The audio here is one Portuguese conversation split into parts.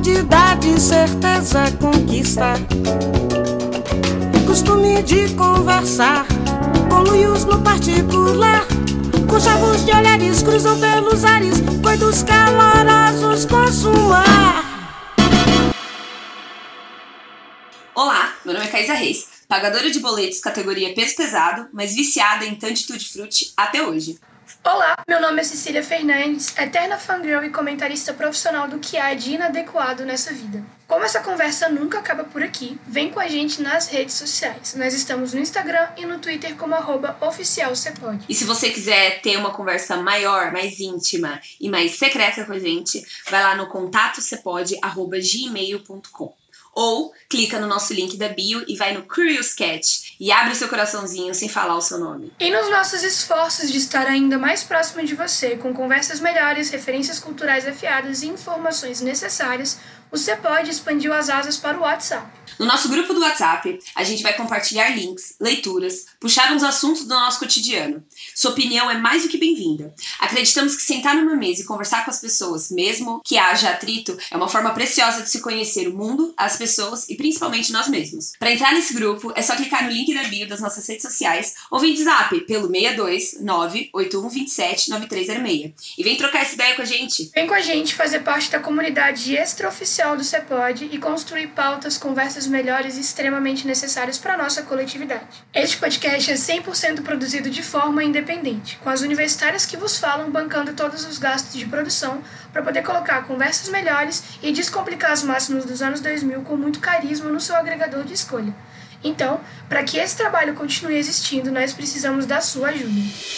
comodidade, certeza, conquista. Costume de conversar com luios no particular. Com chavos de olhares cruzam pelos ares, coitos calorosos consumar. Olá, meu nome é Caísa Reis, pagadora de boletos categoria peso pesado, mas viciada em Tanti Tutti Frutti até hoje. Olá, meu nome é Cecília Fernandes, eterna fangirl e comentarista profissional do que há de inadequado nessa vida. Como essa conversa nunca acaba por aqui, vem com a gente nas redes sociais. Nós estamos no Instagram e no Twitter como @oficialcepod. E se você quiser ter uma conversa maior, mais íntima e mais secreta com a gente, vai lá no contatocepod@gmail.com. Ou clica no nosso link da bio e vai no Curious Cat e abre o seu coraçãozinho sem falar o seu nome. E nos nossos esforços de estar ainda mais próximo de você, com conversas melhores, referências culturais afiadas e informações necessárias, o Cepod expandiu as asas para o WhatsApp. No nosso grupo do WhatsApp, a gente vai compartilhar links, leituras, puxar uns assuntos do nosso cotidiano. Sua opinião é mais do que bem-vinda. Acreditamos que sentar numa mesa e conversar com as pessoas, mesmo que haja atrito, é uma forma preciosa de se conhecer o mundo, as pessoas e principalmente nós mesmos. Para entrar nesse grupo, é só clicar no link da bio das nossas redes sociais ou vir de zap pelo 62981279306 e vem trocar essa ideia com a gente. Vem com a gente fazer parte da comunidade extraoficial do Cepod e construir pautas, conversas melhores e extremamente necessárias para a nossa coletividade. Este podcast é 100% produzido de forma independente, com as universitárias que vos falam bancando todos os gastos de produção para poder colocar conversas melhores e descomplicar as máximas dos anos 2000 com muito carisma no seu agregador de escolha. Então, para que esse trabalho continue existindo, nós precisamos da sua ajuda.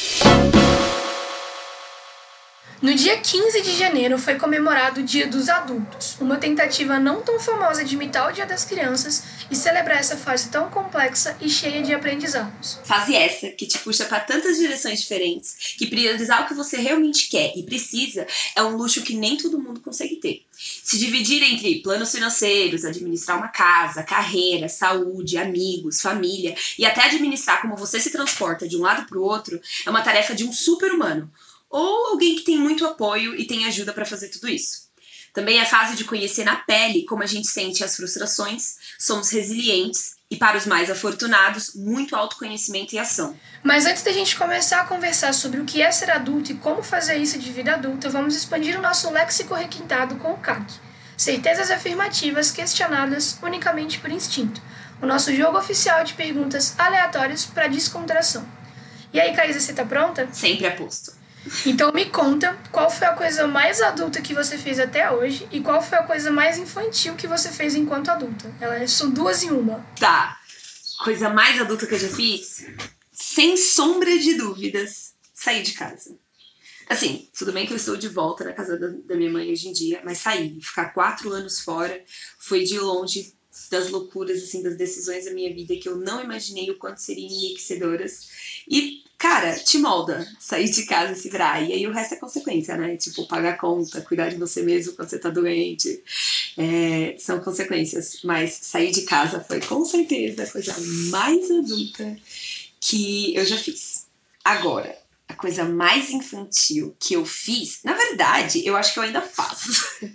No dia 15 de janeiro foi comemorado o Dia dos Adultos, uma tentativa não tão famosa de imitar o Dia das Crianças e celebrar essa fase tão complexa e cheia de aprendizados. Fase essa que te puxa para tantas direções diferentes, que priorizar o que você realmente quer e precisa é um luxo que nem todo mundo consegue ter. Se dividir entre planos financeiros, administrar uma casa, carreira, saúde, amigos, família e até administrar como você se transporta de um lado para o outro é uma tarefa de um super-humano. Ou alguém que tem muito apoio e tem ajuda para fazer tudo isso. Também é a fase de conhecer na pele como a gente sente as frustrações, somos resilientes e, para os mais afortunados, muito autoconhecimento e ação. Mas antes da gente começar a conversar sobre o que é ser adulto e como fazer isso de vida adulta, vamos expandir o nosso léxico requintado com o CAC. Certezas afirmativas questionadas unicamente por instinto. O nosso jogo oficial de perguntas aleatórias para descontração. E aí, Caísa, você tá pronta? Sempre aposto. Então me conta qual foi a coisa mais adulta que você fez até hoje e qual foi a coisa mais infantil que você fez enquanto adulta. Elas são duas em uma. Tá. Coisa mais adulta que eu já fiz? Sem sombra de dúvidas, sair de casa. Assim, tudo bem que eu estou de volta na casa da minha mãe hoje em dia, mas sair, ficar 4 anos fora, foi de longe das loucuras, assim, das decisões da minha vida que eu não imaginei o quanto seriam enriquecedoras. E, cara, te molda sair de casa e se virar. E aí o resto é consequência, né? Tipo, pagar conta, cuidar de você mesmo quando você tá doente. São consequências. Mas sair de casa foi com certeza a coisa mais adulta que eu já fiz. Agora, a coisa mais infantil que eu fiz, na verdade, eu acho que eu ainda faço.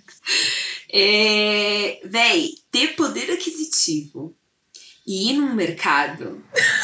Véi, ter poder aquisitivo e ir num mercado.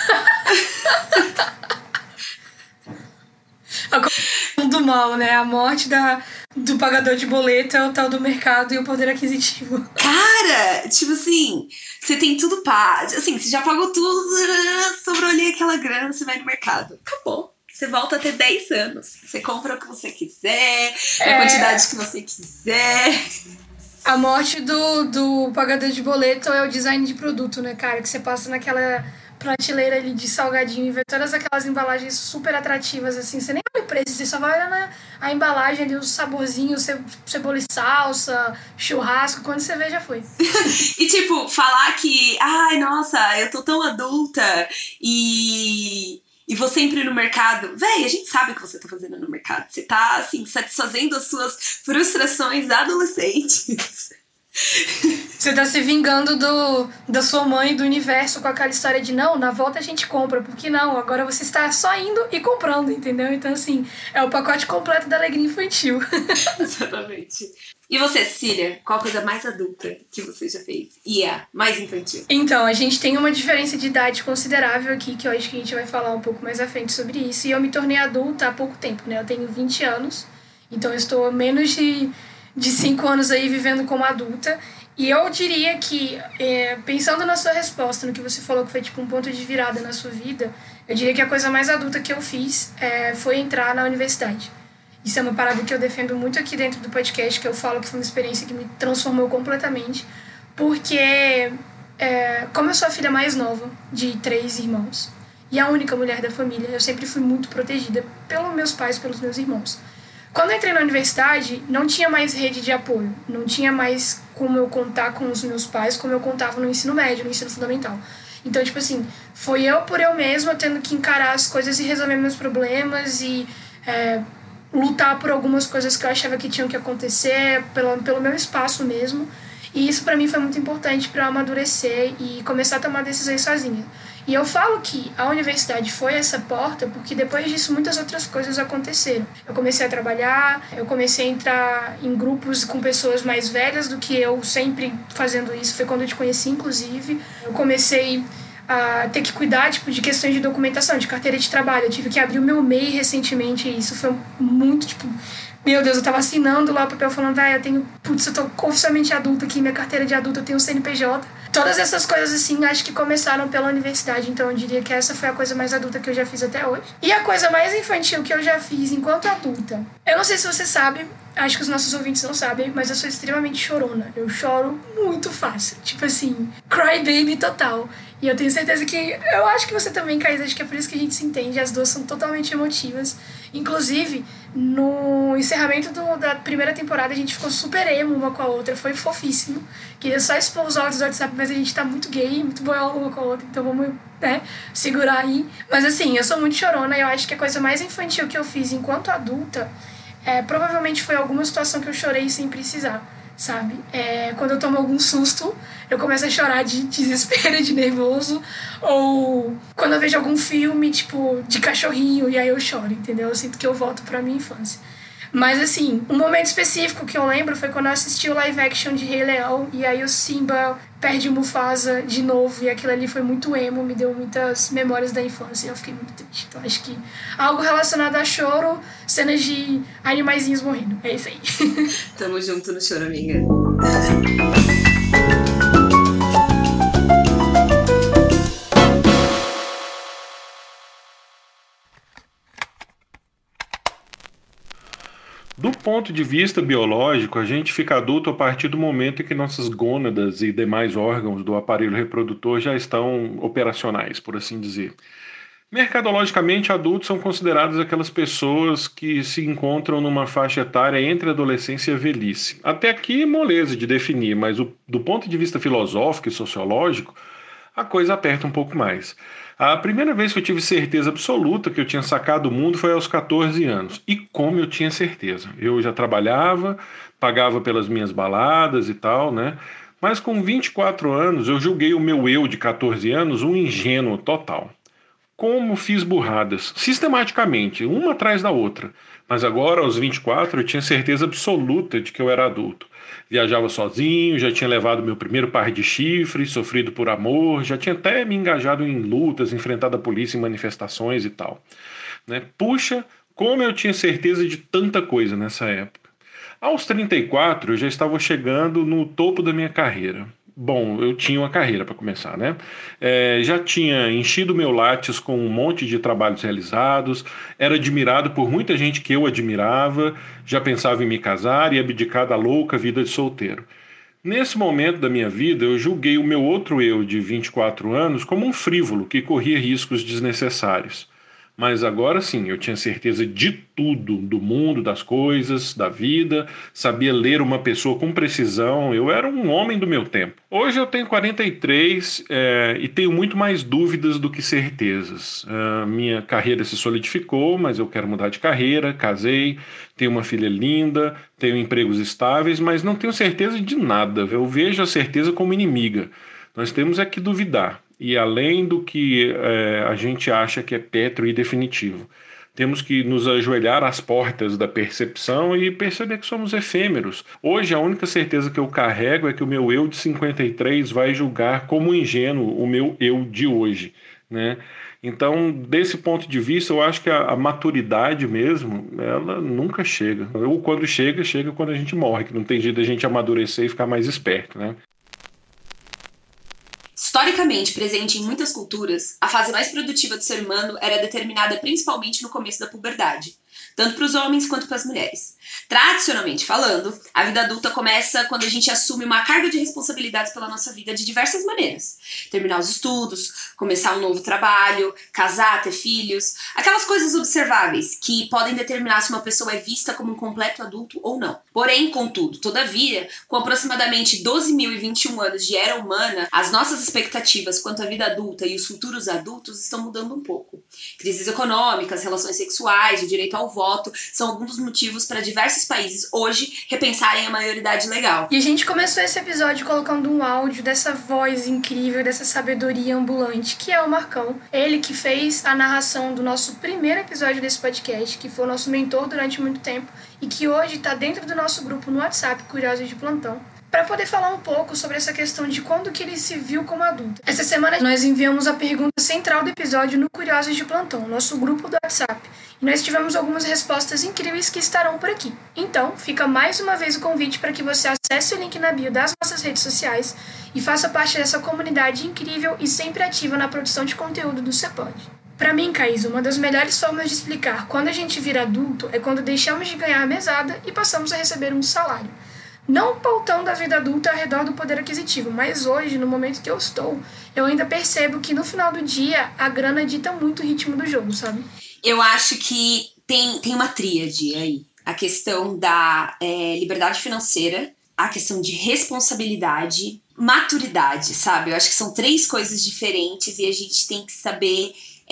Do mal, né? A morte do pagador de boleto é o tal do mercado e o poder aquisitivo. Cara, tipo assim, você tem tudo pago. Assim, você já pagou tudo, sobrou ali aquela grana, você vai no mercado. Acabou. Você volta a ter 10 anos. Você compra o que você quiser, a quantidade que você quiser. A morte do pagador de boleto é o design de produto, né, cara? Que você passa naquela prateleira ali de salgadinho e vê todas aquelas embalagens super atrativas, assim. Você nem olha o preço, você só vai olhar a embalagem ali, os saborzinhos, cebola e salsa, churrasco, quando você vê já foi. E tipo, falar que, ai, nossa, eu tô tão adulta e vou sempre no mercado. Véi, a gente sabe o que você tá fazendo no mercado. Você tá, assim, satisfazendo as suas frustrações adolescentes. Você tá se vingando da sua mãe, do universo, com aquela história de não, na volta a gente compra, porque não, agora você está só indo e comprando, entendeu? Então, assim, é o pacote completo da alegria infantil. Exatamente. E você, Cecília, qual a coisa mais adulta que você já fez? E mais infantil? Então, a gente tem uma diferença de idade considerável aqui, que eu acho que a gente vai falar um pouco mais à frente sobre isso. E eu me tornei adulta há pouco tempo, né? Eu tenho 20 anos, então eu estou há menos de 5 anos aí vivendo como adulta. E eu diria que, pensando na sua resposta, no que você falou que foi tipo um ponto de virada na sua vida, eu diria que a coisa mais adulta que eu fiz foi entrar na universidade. Isso é uma parada que eu defendo muito aqui dentro do podcast, que eu falo que foi uma experiência que me transformou completamente, porque como eu sou a filha mais nova de 3 irmãos e a única mulher da família, eu sempre fui muito protegida pelos meus pais, pelos meus irmãos. Quando eu entrei na universidade, não tinha mais rede de apoio, não tinha mais como eu contar com os meus pais como eu contava no ensino médio, no ensino fundamental. Então, tipo assim, foi eu por eu mesma tendo que encarar as coisas e resolver meus problemas e lutar por algumas coisas que eu achava que tinham que acontecer, pelo meu espaço mesmo. E isso pra mim foi muito importante pra eu amadurecer e começar a tomar decisões sozinha. E eu falo que a universidade foi essa porta porque depois disso muitas outras coisas aconteceram. Eu comecei a trabalhar, eu comecei a entrar em grupos com pessoas mais velhas do que eu, sempre fazendo isso. Foi quando eu te conheci, inclusive. Eu comecei a ter que cuidar de questões de documentação, de carteira de trabalho. Eu tive que abrir o meu MEI recentemente e isso foi muito, meu Deus, eu tava assinando lá o papel falando, eu tô oficialmente adulta aqui, minha carteira de adulta, eu tenho um CNPJ. Todas essas coisas, assim, acho que começaram pela universidade, então eu diria que essa foi a coisa mais adulta que eu já fiz até hoje. E a coisa mais infantil que eu já fiz enquanto adulta, eu não sei se você sabe, acho que os nossos ouvintes não sabem, mas eu sou extremamente chorona. Eu choro muito fácil, tipo assim, cry baby total. E eu tenho certeza que, eu acho que você também, Caís, acho que é por isso que a gente se entende, as duas são totalmente emotivas. Inclusive, no encerramento da primeira temporada, a gente ficou super emo uma com a outra, foi fofíssimo. Queria só expor os áudios do WhatsApp, mas a gente tá muito gay, muito boiola uma com a outra, então vamos, segurar aí. Mas assim, eu sou muito chorona e eu acho que a coisa mais infantil que eu fiz enquanto adulta, provavelmente foi alguma situação que eu chorei sem precisar. Sabe? Quando eu tomo algum susto, eu começo a chorar de desespero, de nervoso. Ou quando eu vejo algum filme, tipo, de cachorrinho, e aí eu choro, entendeu? Eu sinto que eu volto pra minha infância. Mas, assim, um momento específico que eu lembro foi quando eu assisti o live action de Rei Leão, e aí o Simba perde o Mufasa de novo, e aquilo ali foi muito emo, me deu muitas memórias da infância, e eu fiquei muito triste. Então, acho que algo relacionado a choro, cenas de animaizinhos morrendo. É isso aí. Tamo junto no choro, amiga. Do ponto de vista biológico, a gente fica adulto a partir do momento em que nossas gônadas e demais órgãos do aparelho reprodutor já estão operacionais, por assim dizer. Mercadologicamente, adultos são considerados aquelas pessoas que se encontram numa faixa etária entre a adolescência e a velhice. Até aqui, moleza de definir, mas do ponto de vista filosófico e sociológico, a coisa aperta um pouco mais. A primeira vez que eu tive certeza absoluta que eu tinha sacado o mundo foi aos 14 anos. E como eu tinha certeza. Eu já trabalhava, pagava pelas minhas baladas e tal, né? Mas com 24 anos eu julguei o meu eu de 14 anos um ingênuo total. Como fiz burradas, sistematicamente, uma atrás da outra. Mas agora, aos 24, eu tinha certeza absoluta de que eu era adulto. Viajava sozinho, já tinha levado meu primeiro par de chifres, sofrido por amor, já tinha até me engajado em lutas, enfrentado a polícia em manifestações e tal. Né? Puxa, como eu tinha certeza de tanta coisa nessa época. Aos 34, eu já estava chegando no topo da minha carreira. Bom, eu tinha uma carreira para começar, né? Já tinha enchido meu látis com um monte de trabalhos realizados, era admirado por muita gente que eu admirava, já pensava em me casar e abdicar da louca vida de solteiro. Nesse momento da minha vida, eu julguei o meu outro eu de 24 anos como um frívolo que corria riscos desnecessários. Mas agora sim, eu tinha certeza de tudo, do mundo, das coisas, da vida, sabia ler uma pessoa com precisão, eu era um homem do meu tempo. Hoje eu tenho 43 e tenho muito mais dúvidas do que certezas. Minha carreira se solidificou, mas eu quero mudar de carreira, casei, tenho uma filha linda, tenho empregos estáveis, mas não tenho certeza de nada. Eu vejo a certeza como inimiga. Nós temos que duvidar. E além do que a gente acha que é petro e definitivo, temos que nos ajoelhar às portas da percepção e perceber que somos efêmeros. Hoje a única certeza que eu carrego é que o meu eu de 53 vai julgar como ingênuo o meu eu de hoje, né? Então, desse ponto de vista, eu acho que a maturidade mesmo, ela nunca chega. Ou quando chega, chega quando a gente morre, que não tem jeito de a gente amadurecer e ficar mais esperto, né? Historicamente presente em muitas culturas, a fase mais produtiva do ser humano era determinada principalmente no começo da puberdade, tanto para os homens quanto para as mulheres. Tradicionalmente falando, a vida adulta começa quando a gente assume uma carga de responsabilidades pela nossa vida de diversas maneiras. Terminar os estudos, começar um novo trabalho, casar, ter filhos, aquelas coisas observáveis que podem determinar se uma pessoa é vista como um completo adulto ou não. Porém, contudo, todavia, com aproximadamente 12.021 anos de era humana, as nossas expectativas quanto à vida adulta e os futuros adultos estão mudando um pouco. Crises econômicas, relações sexuais, o direito ao voto são alguns dos motivos para diversos países hoje repensarem a maioridade legal. E a gente começou esse episódio colocando um áudio dessa voz incrível, dessa sabedoria ambulante, que é o Marcão. Ele que fez a narração do nosso primeiro episódio desse podcast, que foi o nosso mentor durante muito tempo e que hoje está dentro do nosso grupo no WhatsApp, Curiosos de Plantão, para poder falar um pouco sobre essa questão de quando que ele se viu como adulto. Essa semana nós enviamos a pergunta central do episódio no Curiosos de Plantão, nosso grupo do WhatsApp, e nós tivemos algumas respostas incríveis que estarão por aqui. Então, fica mais uma vez o convite para que você acesse o link na bio das nossas redes sociais e faça parte dessa comunidade incrível e sempre ativa na produção de conteúdo do CEPOD. Para mim, Caís, uma das melhores formas de explicar quando a gente vira adulto é quando deixamos de ganhar a mesada e passamos a receber um salário. Não pautando a vida adulta ao redor do poder aquisitivo, mas hoje, no momento que eu estou, eu ainda percebo que no final do dia a grana dita muito o ritmo do jogo, sabe? Eu acho que tem uma tríade aí. A questão da liberdade financeira, a questão de responsabilidade, maturidade, sabe? Eu acho que são 3 coisas diferentes e a gente tem que saber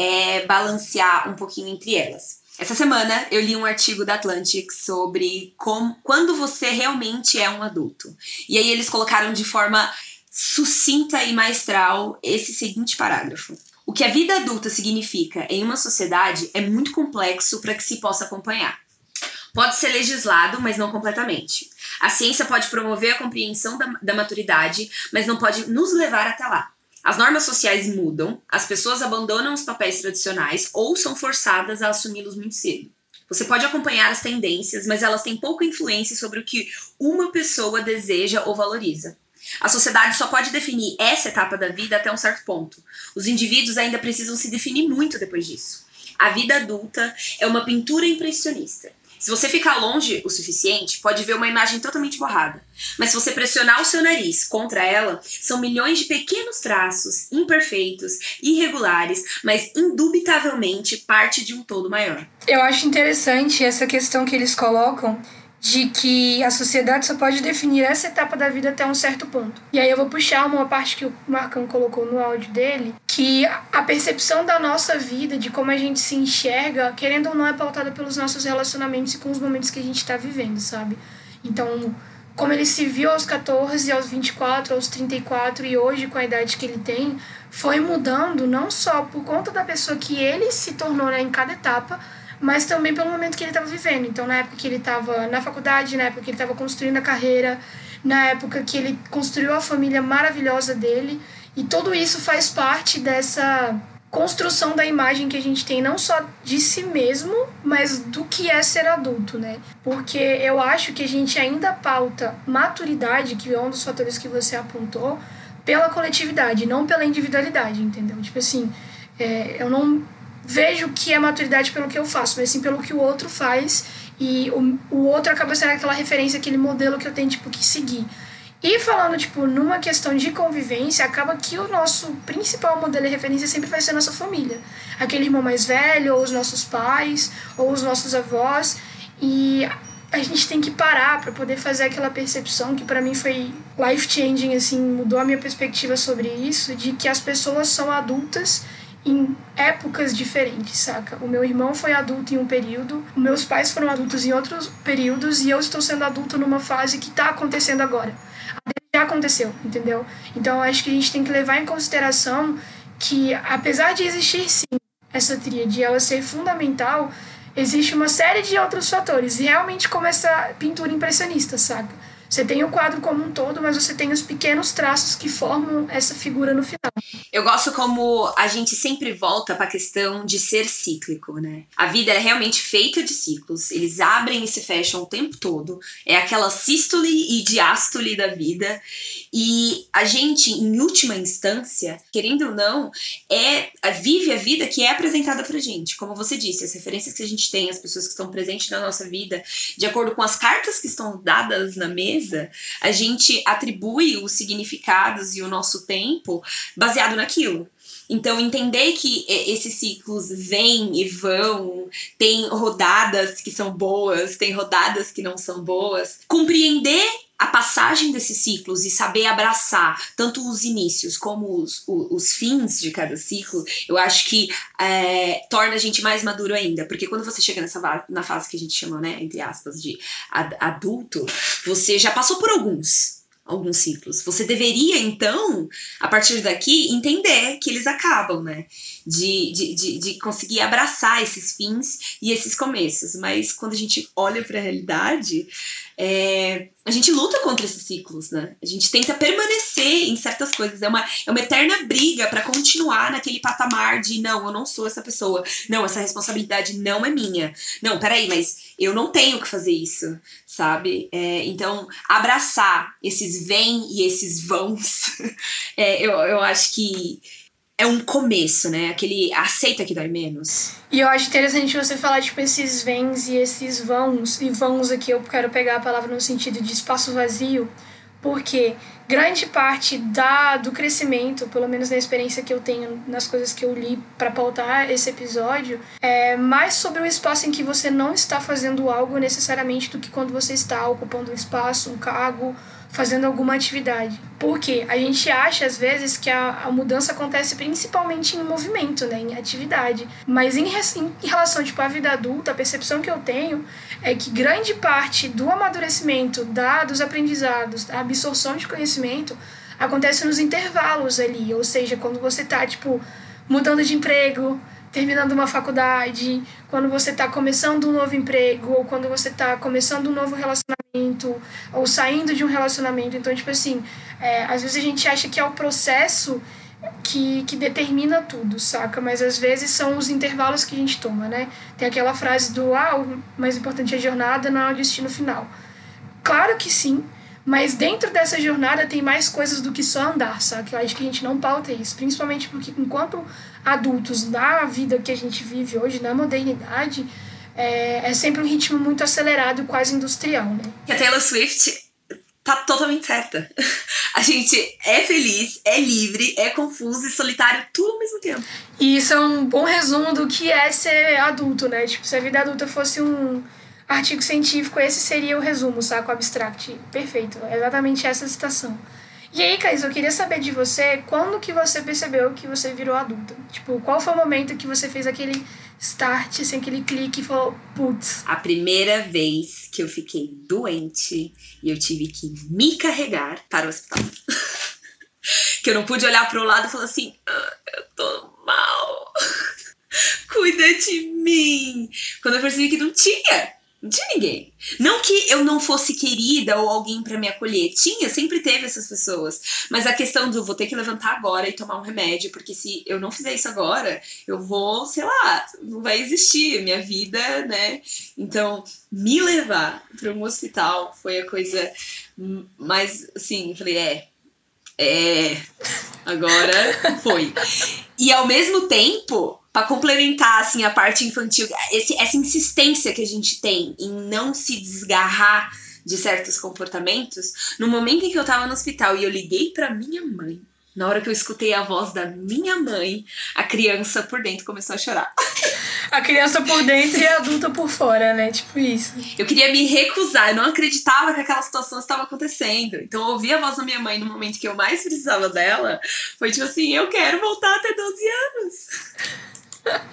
balancear um pouquinho entre elas. Essa semana eu li um artigo da Atlantic sobre quando você realmente é um adulto. E aí eles colocaram de forma sucinta e maestral esse seguinte parágrafo. O que a vida adulta significa em uma sociedade é muito complexo para que se possa acompanhar. Pode ser legislado, mas não completamente. A ciência pode promover a compreensão da maturidade, mas não pode nos levar até lá. As normas sociais mudam, as pessoas abandonam os papéis tradicionais ou são forçadas a assumi-los muito cedo. Você pode acompanhar as tendências, mas elas têm pouca influência sobre o que uma pessoa deseja ou valoriza. A sociedade só pode definir essa etapa da vida até um certo ponto. Os indivíduos ainda precisam se definir muito depois disso. A vida adulta é uma pintura impressionista. Se você ficar longe o suficiente, pode ver uma imagem totalmente borrada. Mas se você pressionar o seu nariz contra ela, são milhões de pequenos traços, imperfeitos, irregulares, mas indubitavelmente parte de um todo maior. Eu acho interessante essa questão que eles colocam de que a sociedade só pode definir essa etapa da vida até um certo ponto. E aí eu vou puxar uma parte que o Marcão colocou no áudio dele, que a percepção da nossa vida, de como a gente se enxerga, querendo ou não, é pautada pelos nossos relacionamentos e com os momentos que a gente está vivendo, sabe? Então, como ele se viu aos 14, aos 24, aos 34 e hoje com a idade que ele tem, foi mudando não só por conta da pessoa que ele se tornou, né, em cada etapa, mas também pelo momento que ele estava vivendo. Então, na época que ele estava na faculdade, na época que ele estava construindo a carreira, na época que ele construiu a família maravilhosa dele, e tudo isso faz parte dessa construção da imagem que a gente tem, não só de si mesmo, mas do que é ser adulto, né? Porque eu acho que a gente ainda pauta maturidade, que é um dos fatores que você apontou, pela coletividade, não pela individualidade, entendeu? Tipo assim, eu não vejo que é maturidade pelo que eu faço, mas sim pelo que o outro faz, e o outro acaba sendo aquela referência, aquele modelo que eu tenho tipo que seguir. E falando, tipo, numa questão de convivência, acaba que o nosso principal modelo de referência sempre vai ser a nossa família. Aquele irmão mais velho, ou os nossos pais, ou os nossos avós. E a gente tem que parar para poder fazer aquela percepção que para mim foi life-changing, assim, mudou a minha perspectiva sobre isso, de que as pessoas são adultas em épocas diferentes, saca? O meu irmão foi adulto em um período, os meus pais foram adultos em outros períodos e eu estou sendo adulto numa fase que está acontecendo agora. Já aconteceu, entendeu? Então, acho que a gente tem que levar em consideração que, apesar de existir, sim, essa tríade, ela ser fundamental, existe uma série de outros fatores. E realmente como essa pintura impressionista, saca? Você tem o quadro como um todo, mas você tem os pequenos traços que formam essa figura no final. Eu gosto como a gente sempre volta para a questão de ser cíclico, né? A vida é realmente feita de ciclos. Eles abrem e se fecham o tempo todo. É aquela sístole e diástole da vida. E a gente, em última instância, querendo ou não, vive a vida que é apresentada pra gente. Como você disse, as referências que a gente tem, as pessoas que estão presentes na nossa vida, de acordo com as cartas que estão dadas na mesa, a gente atribui os significados e o nosso tempo baseado naquilo. Então, entender que esses ciclos vêm e vão, tem rodadas que são boas, tem rodadas que não são boas, compreender a passagem desses ciclos e saber abraçar tanto os inícios como os fins de cada ciclo, eu acho que torna a gente mais maduro ainda, porque quando você chega na fase que a gente chama, né, entre aspas, de adulto, você já passou por alguns ciclos. Você deveria, então, a partir daqui, entender que eles acabam, né? De conseguir abraçar esses fins e esses começos. Mas quando a gente olha para a realidade, a gente luta contra esses ciclos, né? A gente tenta permanecer em certas coisas. É uma eterna briga para continuar naquele patamar de não, eu não sou essa pessoa. Não, essa responsabilidade não é minha. Não, peraí, mas eu não tenho que fazer isso, sabe? Então, abraçar esses vêm e esses vãos, eu acho que é um começo, né? Aquele aceita que dói menos. E eu acho interessante você falar, tipo, esses vens e esses vãos. E vãos aqui eu quero pegar a palavra no sentido de espaço vazio, porque grande parte do crescimento, pelo menos na experiência que eu tenho, nas coisas que eu li para pautar esse episódio, é mais sobre o espaço em que você não está fazendo algo necessariamente do que quando você está ocupando um espaço, um cargo, fazendo alguma atividade. Porque a gente acha, às vezes, que a mudança acontece principalmente em movimento, né, em atividade. Mas em relação, tipo, à vida adulta, a percepção que eu tenho é que grande parte do amadurecimento, dos aprendizados, da absorção de conhecimento, acontece nos intervalos ali. Ou seja, quando você tá, tipo, mudando de emprego, terminando uma faculdade, quando você está começando um novo emprego, ou quando você está começando um novo relacionamento, ou saindo de um relacionamento. Então, tipo assim, às vezes a gente acha que é o processo que determina tudo, saca? Mas às vezes são os intervalos que a gente toma, né? Tem aquela frase o mais importante é a jornada, não é o destino final. Claro que sim, mas dentro dessa jornada tem mais coisas do que só andar, sabe? Eu acho que a gente não pauta isso, principalmente porque enquanto adultos, na vida que a gente vive hoje, na modernidade, é sempre um ritmo muito acelerado e quase industrial, né? E a Taylor Swift tá totalmente certa. A gente é feliz, é livre, é confuso e solitário tudo ao mesmo tempo. E isso é um bom resumo do que é ser adulto, né? Tipo, se a vida adulta fosse um artigo científico, esse seria o resumo, saca? O abstract. Perfeito. É exatamente essa citação. E aí, Caís, eu queria saber de você, quando que você percebeu que você virou adulta? Tipo, qual foi o momento que você fez aquele start, assim, aquele clique e falou, putz. A primeira vez que eu fiquei doente e eu tive que me carregar para o hospital. Que eu não pude olhar para o lado e falar assim, eu tô mal. Cuida de mim. Quando eu percebi que não tinha ninguém. Não que eu não fosse querida ou alguém pra me acolher. Sempre teve essas pessoas. Mas a questão de eu vou ter que levantar agora e tomar um remédio, porque se eu não fizer isso agora, eu vou, sei lá, não vai existir minha vida, né? Então, me levar pra um hospital foi a coisa mais, assim, eu falei, agora foi. E ao mesmo tempo, para complementar assim, a parte infantil, essa insistência que a gente tem em não se desgarrar de certos comportamentos, no momento em que eu tava no hospital e eu liguei pra minha mãe, na hora que eu escutei a voz da minha mãe, a criança por dentro começou a chorar. A criança por dentro e a adulta por fora, né? Tipo isso. Eu queria me recusar, eu não acreditava que aquela situação estava acontecendo. Então eu ouvi a voz da minha mãe no momento que eu mais precisava dela. Foi tipo assim, eu quero voltar a ter 12 anos.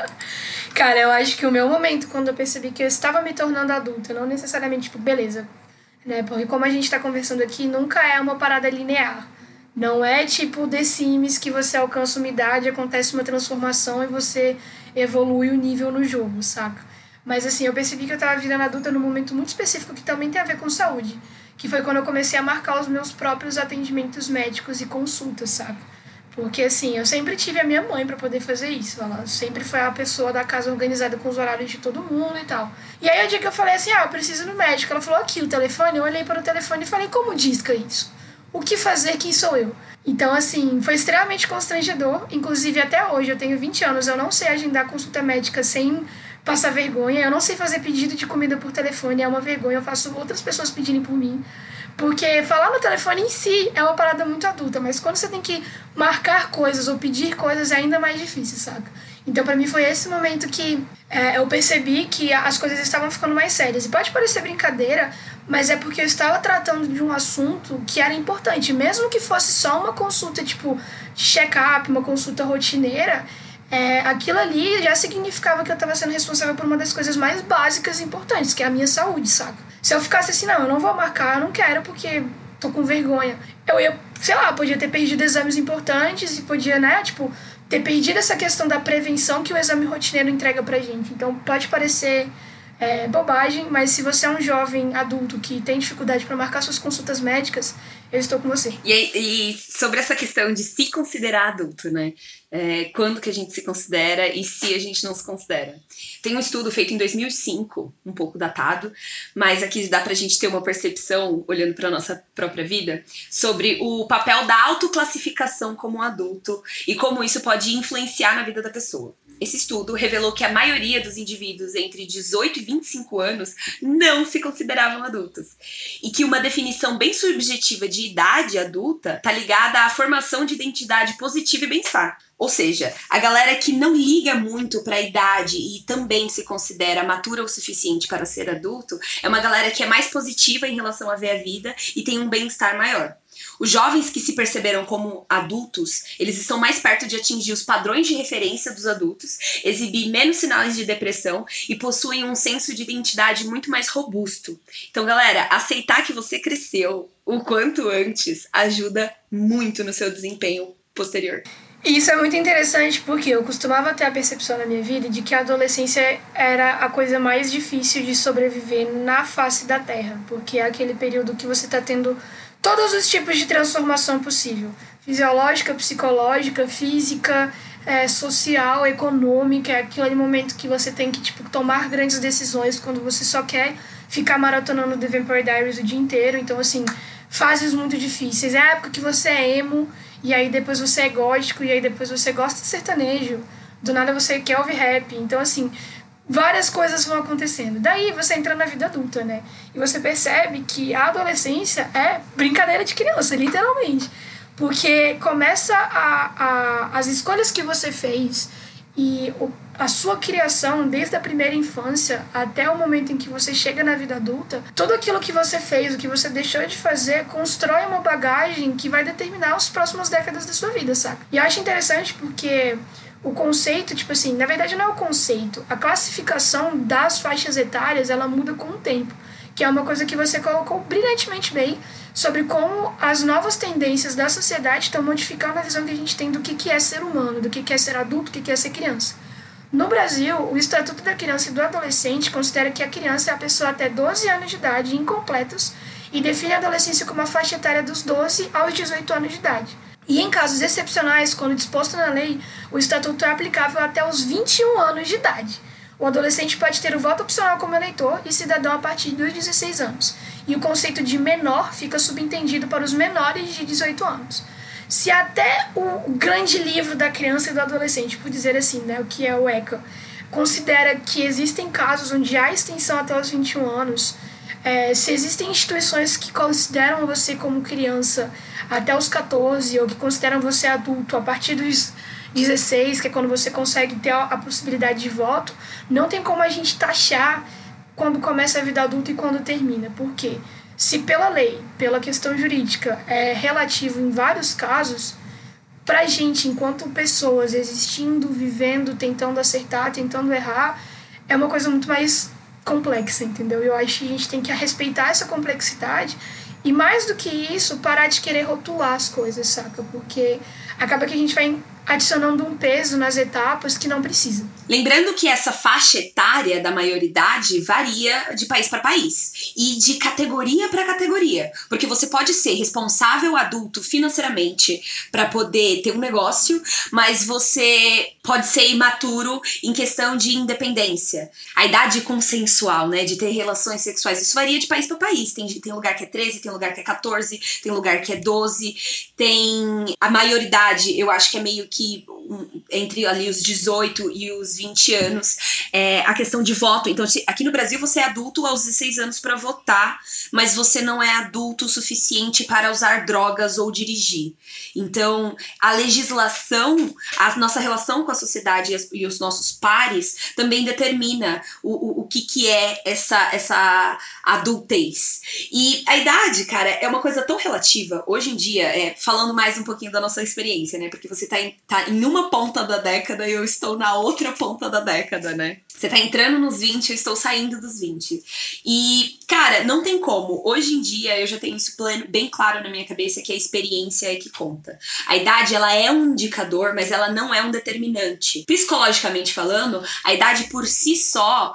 Cara, eu acho que o meu momento, quando eu percebi que eu estava me tornando adulta, não necessariamente, tipo, beleza, né? Porque como a gente tá conversando aqui, nunca é uma parada linear. Não é tipo The Sims que você alcança uma idade, acontece uma transformação e você evolui o nível no jogo, saca? Mas assim, eu percebi que eu tava virando adulta num momento muito específico que também tem a ver com saúde. Que foi quando eu comecei a marcar os meus próprios atendimentos médicos e consultas, saca? Porque assim, eu sempre tive a minha mãe pra poder fazer isso. Ela sempre foi a pessoa da casa organizada com os horários de todo mundo e tal. E aí o dia que eu falei assim, eu preciso ir no médico. Ela falou, aqui o telefone. Eu olhei para o telefone e falei, como disca isso? O que fazer, quem sou eu? Então, assim, foi extremamente constrangedor. Inclusive, até hoje, eu tenho 20 anos, eu não sei agendar consulta médica sem passar vergonha. Eu não sei fazer pedido de comida por telefone, é uma vergonha. Eu faço outras pessoas pedirem por mim. Porque falar no telefone em si é uma parada muito adulta, mas quando você tem que marcar coisas ou pedir coisas é ainda mais difícil, saca? Então, pra mim, foi esse momento que eu percebi que as coisas estavam ficando mais sérias. E pode parecer brincadeira, mas é porque eu estava tratando de um assunto que era importante. Mesmo que fosse só uma consulta, tipo, de check-up, uma consulta rotineira, aquilo ali já significava que eu estava sendo responsável por uma das coisas mais básicas e importantes, que é a minha saúde, saca? Se eu ficasse assim, não, eu não vou marcar, eu não quero porque tô com vergonha. Eu ia, sei lá, podia ter perdido exames importantes e podia, né, tipo, ter perdido essa questão da prevenção que o exame rotineiro entrega pra gente. Então, pode parecer bobagem, mas se você é um jovem adulto que tem dificuldade para marcar suas consultas médicas, eu estou com você. E sobre essa questão de se considerar adulto, né? Quando que a gente se considera e se a gente não se considera? Tem um estudo feito em 2005, um pouco datado, mas aqui dá pra gente ter uma percepção, olhando pra nossa própria vida, sobre o papel da autoclassificação como adulto e como isso pode influenciar na vida da pessoa. Esse estudo revelou que a maioria dos indivíduos entre 18 e 25 anos não se consideravam adultos. E que uma definição bem subjetiva de idade adulta está ligada à formação de identidade positiva e bem-estar. Ou seja, a galera que não liga muito para a idade e também se considera matura o suficiente para ser adulto, é uma galera que é mais positiva em relação a ver a vida e tem um bem-estar maior. Os jovens que se perceberam como adultos, eles estão mais perto de atingir os padrões de referência dos adultos, exibir menos sinais de depressão e possuem um senso de identidade muito mais robusto. Então, galera, aceitar que você cresceu o quanto antes ajuda muito no seu desempenho posterior. E isso é muito interessante porque eu costumava ter a percepção na minha vida de que a adolescência era a coisa mais difícil de sobreviver na face da Terra, porque é aquele período que você está tendo todos os tipos de transformação possível. Fisiológica, psicológica, física, social, econômica. É aquele momento que você tem que tomar grandes decisões quando você só quer ficar maratonando The Vampire Diaries o dia inteiro. Então, assim, fases muito difíceis. É a época que você é emo, e aí depois você é gótico, e aí depois você gosta de sertanejo. Do nada você quer ouvir rap. Então, assim, várias coisas vão acontecendo. Daí você entra na vida adulta, né? E você percebe que a adolescência é brincadeira de criança, literalmente. Porque começa as escolhas que você fez e a sua criação, desde a primeira infância até o momento em que você chega na vida adulta, tudo aquilo que você fez, o que você deixou de fazer, constrói uma bagagem que vai determinar as próximas décadas da sua vida, saca? E eu acho interessante porque o conceito, na verdade não é o conceito, a classificação das faixas etárias, ela muda com o tempo, que é uma coisa que você colocou brilhantemente bem, sobre como as novas tendências da sociedade estão modificando a visão que a gente tem do que é ser humano, do que é ser adulto, do que é ser criança. No Brasil, o Estatuto da Criança e do Adolescente considera que a criança é a pessoa até 12 anos de idade incompletos e define a adolescência como a faixa etária dos 12 aos 18 anos de idade. E em casos excepcionais, quando disposto na lei, o Estatuto é aplicável até os 21 anos de idade. O adolescente pode ter o voto opcional como eleitor e cidadão a partir dos 16 anos. E o conceito de menor fica subentendido para os menores de 18 anos. Se até o grande livro da criança e do adolescente, por dizer assim, né, o que é o ECA, considera que existem casos onde há extensão até os 21 anos, Se existem instituições que consideram você como criança até os 14, ou que consideram você adulto a partir dos 16, que é quando você consegue ter a possibilidade de voto, não tem como a gente taxar quando começa a vida adulta e quando termina. Por quê? Se pela lei, pela questão jurídica, é relativo em vários casos, pra gente, enquanto pessoas existindo, vivendo, tentando acertar, tentando errar, é uma coisa muito mais complexa, entendeu? Eu acho que a gente tem que respeitar essa complexidade e, mais do que isso, parar de querer rotular as coisas, saca? Porque acaba que a gente vai adicionando um peso nas etapas que não precisa. Lembrando que essa faixa etária da maioridade varia de país para país e de categoria para categoria, porque você pode ser responsável adulto financeiramente para poder ter um negócio, mas você pode ser imaturo em questão de independência. A idade consensual, né, de ter relações sexuais, isso varia de país para país. Tem lugar que é 13, tem lugar que é 14, tem lugar que é 12, tem a maioridade, eu acho que é meio que entre ali os 18 e os 20 anos, a questão de voto. Então, aqui no Brasil você é adulto aos 16 anos para votar, mas você não é adulto o suficiente para usar drogas ou dirigir. Então, a legislação, a nossa relação com a sociedade e os nossos pares também determina o que é essa adultez. E a idade, cara, é uma coisa tão relativa. Hoje em dia, falando mais um pouquinho da nossa experiência, né? Porque você tá em uma ponta da década e eu estou na outra ponta da década, né? Você tá entrando nos 20, eu estou saindo dos 20. E, cara, não tem como. Hoje em dia, eu já tenho isso bem claro na minha cabeça, que a experiência é que conta. A idade, ela é um indicador, mas ela não é um determinante. Psicologicamente falando, a idade por si só,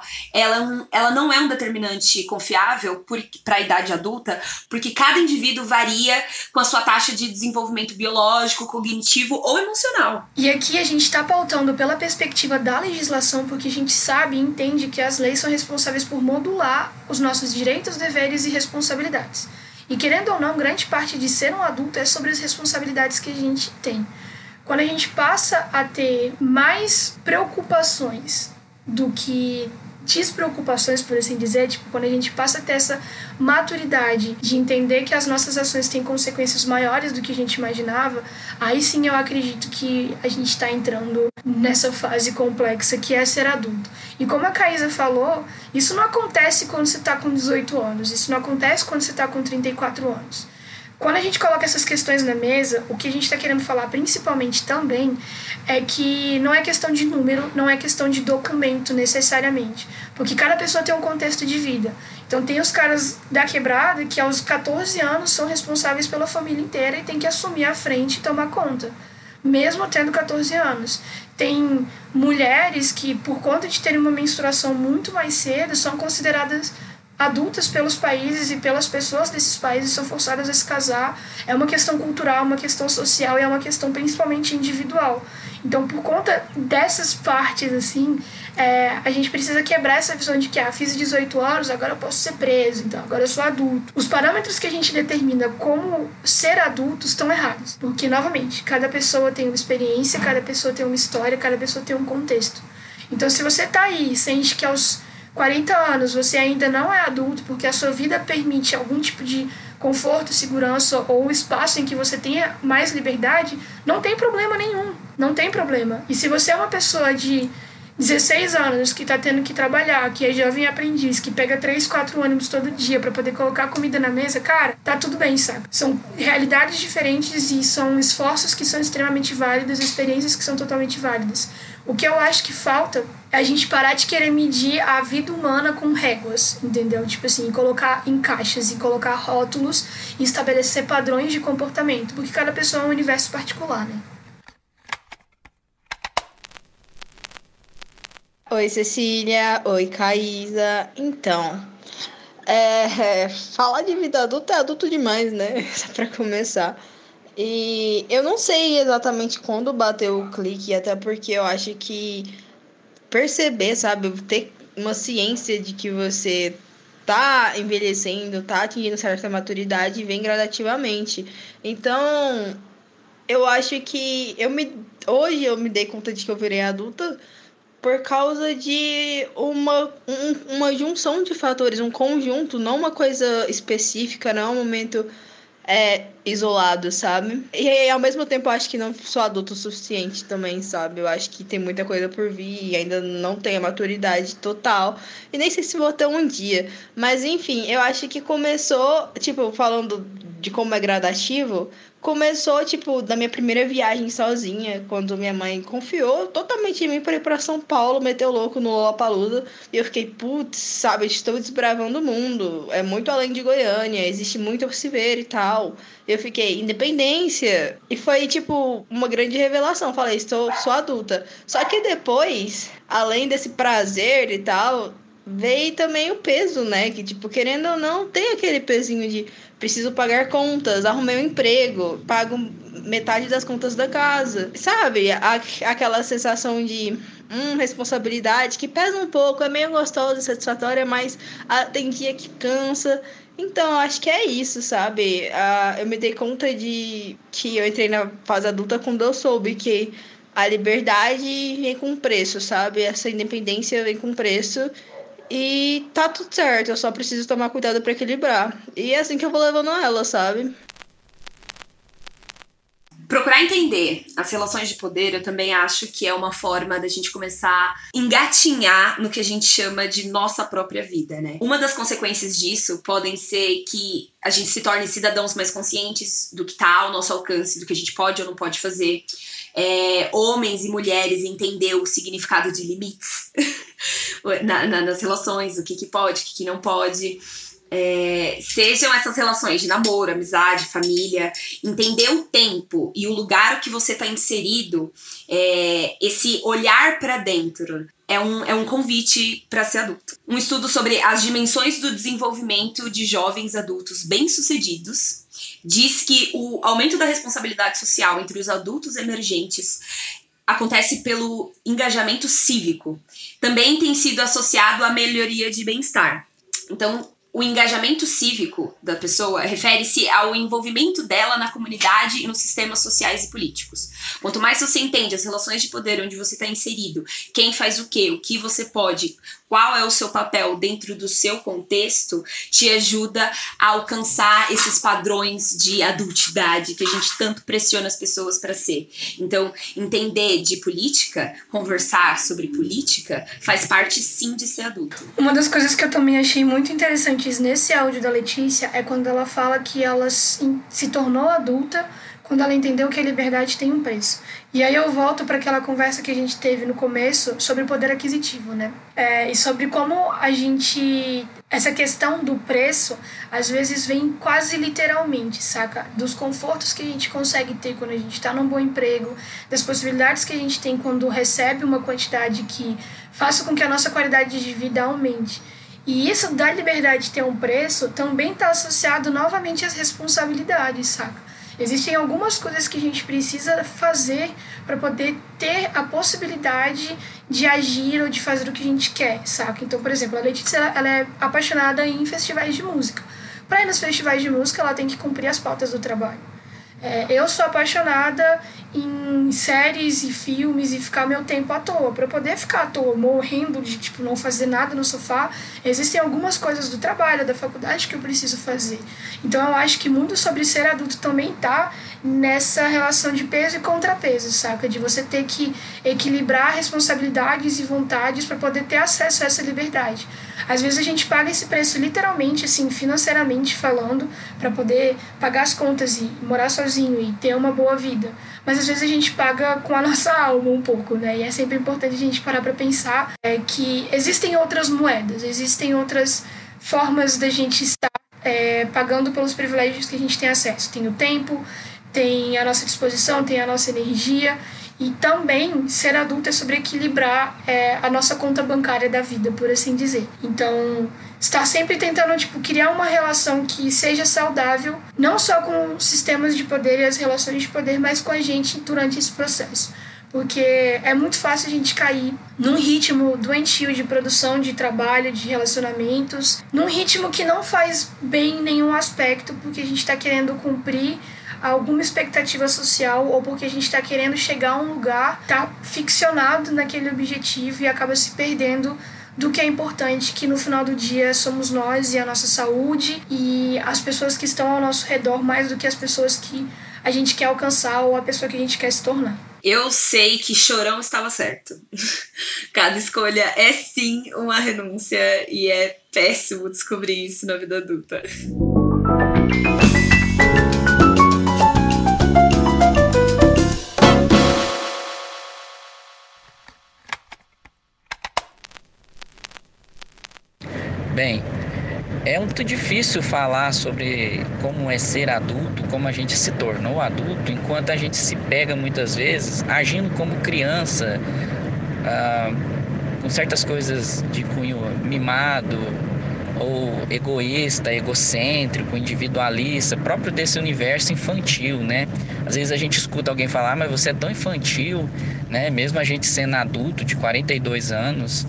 ela não é um determinante confiável para a idade adulta, porque cada indivíduo varia com a sua taxa de desenvolvimento biológico, cognitivo ou emocional. E aqui a gente está pautando pela perspectiva da legislação, porque a gente sabe e entende que as leis são responsáveis por modular os nossos direitos, deveres e responsabilidades. E querendo ou não, grande parte de ser um adulto é sobre as responsabilidades que a gente tem. Quando a gente passa a ter mais preocupações do que despreocupações, por assim dizer, tipo, quando a gente passa a ter essa maturidade de entender que as nossas ações têm consequências maiores do que a gente imaginava, aí sim eu acredito que a gente está entrando nessa fase complexa que é ser adulto. E como a Caísa falou, isso não acontece quando você está com 18 anos, isso não acontece quando você está com 34 anos. Quando a gente coloca essas questões na mesa, o que a gente está querendo falar principalmente também é que não é questão de número, não é questão de documento necessariamente, porque cada pessoa tem um contexto de vida. Então tem os caras da quebrada que aos 14 anos são responsáveis pela família inteira e tem que assumir a frente e tomar conta, mesmo tendo 14 anos. Tem mulheres que, por conta de terem uma menstruação muito mais cedo, são consideradas adultas pelos países e pelas pessoas desses países, são forçadas a se casar. É uma questão cultural, uma questão social e é uma questão principalmente individual. Então, por conta dessas partes, assim, a gente precisa quebrar essa visão de que, fiz 18 anos, agora eu posso ser preso, então agora eu sou adulto. Os parâmetros que a gente determina como ser adulto estão errados. Porque, novamente, cada pessoa tem uma experiência, cada pessoa tem uma história, cada pessoa tem um contexto. Então, se você tá aí, sente que aos 40 anos você ainda não é adulto porque a sua vida permite algum tipo de conforto, segurança ou espaço em que você tenha mais liberdade, não tem problema nenhum, não tem problema. E se você é uma pessoa de 16 anos que está tendo que trabalhar, que é jovem aprendiz, que pega 3, 4 ônibus todo dia para poder colocar comida na mesa, cara, tá tudo bem, sabe? São realidades diferentes e são esforços que são extremamente válidos, experiências que são totalmente válidas. O que eu acho que falta é a gente parar de querer medir a vida humana com réguas, entendeu? Tipo assim, colocar em caixas e colocar rótulos e estabelecer padrões de comportamento, porque cada pessoa é um universo particular, né? Oi, Cecília. Oi, Caísa. Então, falar de vida adulta é adulto demais, né? Pra começar. E eu não sei exatamente quando bateu o clique, até porque eu acho que perceber, sabe? Ter uma ciência de que você tá envelhecendo, tá atingindo certa maturidade, vem gradativamente. Então, eu acho que hoje eu me dei conta de que eu virei adulta por causa de uma junção de fatores, um conjunto, não uma coisa específica, não é um momento isolado, sabe? E ao mesmo tempo eu acho que não sou adulto o suficiente também, sabe? Eu acho que tem muita coisa por vir e ainda não tenho a maturidade total. E nem sei se vou ter um dia. Mas enfim, eu acho que começou, tipo, falando de como é gradativo, começou, tipo, da minha primeira viagem sozinha, quando minha mãe confiou totalmente em mim para ir para São Paulo, meteu louco no Lollapalooza, e eu fiquei, putz, sabe, estou desbravando o mundo, é muito além de Goiânia, existe muito a se ver e tal. Eu fiquei, independência, e foi, tipo, uma grande revelação, falei, sou adulta. Só que depois, além desse prazer e tal, veio também o peso, né, que, tipo, querendo ou não, tem aquele pezinho de preciso pagar contas, arrumei um emprego, pago metade das contas da casa. Sabe? Aquela sensação de responsabilidade que pesa um pouco, é meio gostosa, satisfatória, mas tem dia que cansa. Então, acho que é isso, sabe? Eu me dei conta de que eu entrei na fase adulta quando eu soube que a liberdade vem com preço, sabe? Essa independência vem com preço. E tá tudo certo, eu só preciso tomar cuidado pra equilibrar. E é assim que eu vou levando ela, sabe? Procurar entender as relações de poder, eu também acho que é uma forma da gente começar a engatinhar no que a gente chama de nossa própria vida, né? Uma das consequências disso podem ser que a gente se torne cidadãos mais conscientes do que tá ao nosso alcance, do que a gente pode ou não pode fazer. Homens e mulheres entender o significado de limites nas relações, o que pode, o que não pode. Sejam essas relações de namoro, amizade, família, entender o tempo e o lugar que você está inserido, esse olhar para dentro é um convite para ser adulto. Um estudo sobre as dimensões do desenvolvimento de jovens adultos bem-sucedidos diz que o aumento da responsabilidade social entre os adultos emergentes acontece pelo engajamento cívico. Também tem sido associado à melhoria de bem-estar. Então, o engajamento cívico da pessoa refere-se ao envolvimento dela na comunidade e nos sistemas sociais e políticos. Quanto mais você entende as relações de poder onde você está inserido, quem faz o que você pode, qual é o seu papel dentro do seu contexto, te ajuda a alcançar esses padrões de adultidade que a gente tanto pressiona as pessoas para ser. Então, entender de política, conversar sobre política, faz parte sim de ser adulto. Uma das coisas que eu também achei muito interessantes nesse áudio da Letícia é quando ela fala que ela se tornou adulta quando ela entendeu que a liberdade tem um preço. E aí eu volto para aquela conversa que a gente teve no começo sobre o poder aquisitivo, né? E sobre como essa questão do preço, às vezes vem quase literalmente, saca? Dos confortos que a gente consegue ter quando a gente está num bom emprego, das possibilidades que a gente tem quando recebe uma quantidade que faça com que a nossa qualidade de vida aumente. E isso da liberdade ter um preço também está associado novamente às responsabilidades, saca? Existem algumas coisas que a gente precisa fazer para poder ter a possibilidade de agir ou de fazer o que a gente quer, saca? Então, por exemplo, a Letícia ela é apaixonada em festivais de música. Para ir nos festivais de música, ela tem que cumprir as pautas do trabalho. Eu sou apaixonada em séries e filmes e ficar meu tempo à toa. Para poder ficar à toa, morrendo de não fazer nada no sofá, existem algumas coisas do trabalho, da faculdade que eu preciso fazer. Então eu acho que muito sobre ser adulto também tá nessa relação de peso e contrapeso, saca? De você ter que equilibrar responsabilidades e vontades para poder ter acesso a essa liberdade. Às vezes a gente paga esse preço literalmente, assim, financeiramente falando, para poder pagar as contas e morar sozinho e ter uma boa vida. Mas às vezes a gente paga com a nossa alma um pouco, né? E é sempre importante a gente parar para pensar que existem outras moedas, existem outras formas da gente estar pagando pelos privilégios que a gente tem acesso. Tem o tempo, tem a nossa disposição, tem a nossa energia. E também ser adulto é sobre equilibrar a nossa conta bancária da vida, por assim dizer. Então, estar sempre tentando criar uma relação que seja saudável, não só com os sistemas de poder e as relações de poder, mas com a gente durante esse processo. Porque é muito fácil a gente cair num ritmo doentio de produção, de trabalho, de relacionamentos, num ritmo que não faz bem em nenhum aspecto, porque a gente está querendo cumprir a alguma expectativa social ou porque a gente está querendo chegar a um lugar, está ficcionado naquele objetivo e acaba se perdendo do que é importante, que no final do dia somos nós e a nossa saúde e as pessoas que estão ao nosso redor, mais do que as pessoas que a gente quer alcançar ou a pessoa que a gente quer se tornar. Eu sei que Chorão estava certo. Cada escolha é sim uma renúncia e é péssimo descobrir isso na vida adulta. Bem, é muito difícil falar sobre como é ser adulto, como a gente se tornou adulto, enquanto a gente se pega muitas vezes agindo como criança, com certas coisas de cunho mimado, ou egoísta, egocêntrico, individualista, próprio desse universo infantil, né? Às vezes a gente escuta alguém falar, mas você é tão infantil, né? Mesmo a gente sendo adulto de 42 anos,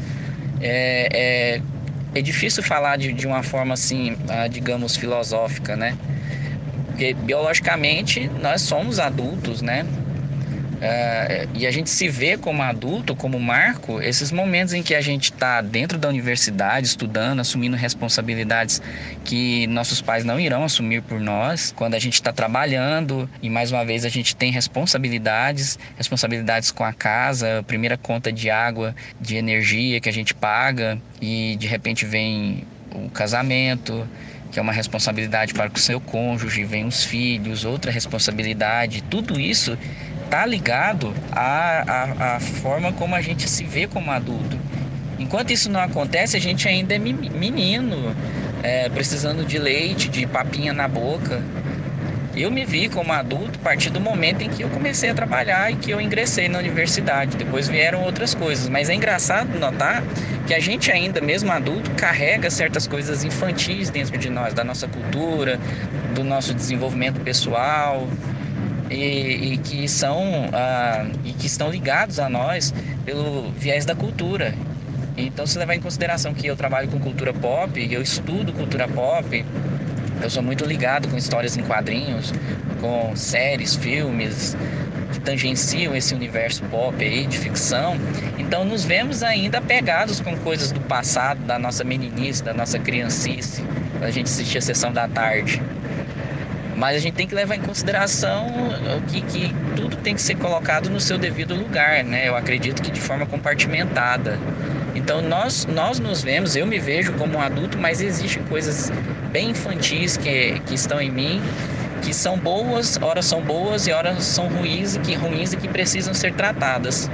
é difícil falar de uma forma assim, digamos, filosófica, né? Porque biologicamente nós somos adultos, né? E a gente se vê como adulto, como marco, esses momentos em que a gente está dentro da universidade, estudando, assumindo responsabilidades que nossos pais não irão assumir por nós, quando a gente está trabalhando e mais uma vez a gente tem responsabilidades com a casa, a primeira conta de água, de energia que a gente paga e de repente vem o casamento, que é uma responsabilidade para com o seu cônjuge, vem os filhos, outra responsabilidade, tudo isso está ligado à forma como a gente se vê como adulto. Enquanto isso não acontece, a gente ainda é menino, precisando de leite, de papinha na boca. Eu me vi como adulto a partir do momento em que eu comecei a trabalhar e que eu ingressei na universidade. Depois vieram outras coisas, mas é engraçado notar que a gente ainda, mesmo adulto, carrega certas coisas infantis dentro de nós, da nossa cultura, do nosso desenvolvimento pessoal, e que estão ligados a nós pelo viés da cultura. Então, se levar em consideração que eu trabalho com cultura pop, eu estudo cultura pop, eu sou muito ligado com histórias em quadrinhos, com séries, filmes que tangenciam esse universo pop aí, de ficção. Então, nos vemos ainda apegados com coisas do passado, da nossa meninice, da nossa criancice, quando a gente assistia a Sessão da Tarde. Mas a gente tem que levar em consideração que tudo tem que ser colocado no seu devido lugar, né? Eu acredito que de forma compartimentada. Então nós nos vemos, eu me vejo como um adulto, mas existem coisas bem infantis que estão em mim, que são boas, horas são boas e horas são ruins e que precisam ser tratadas.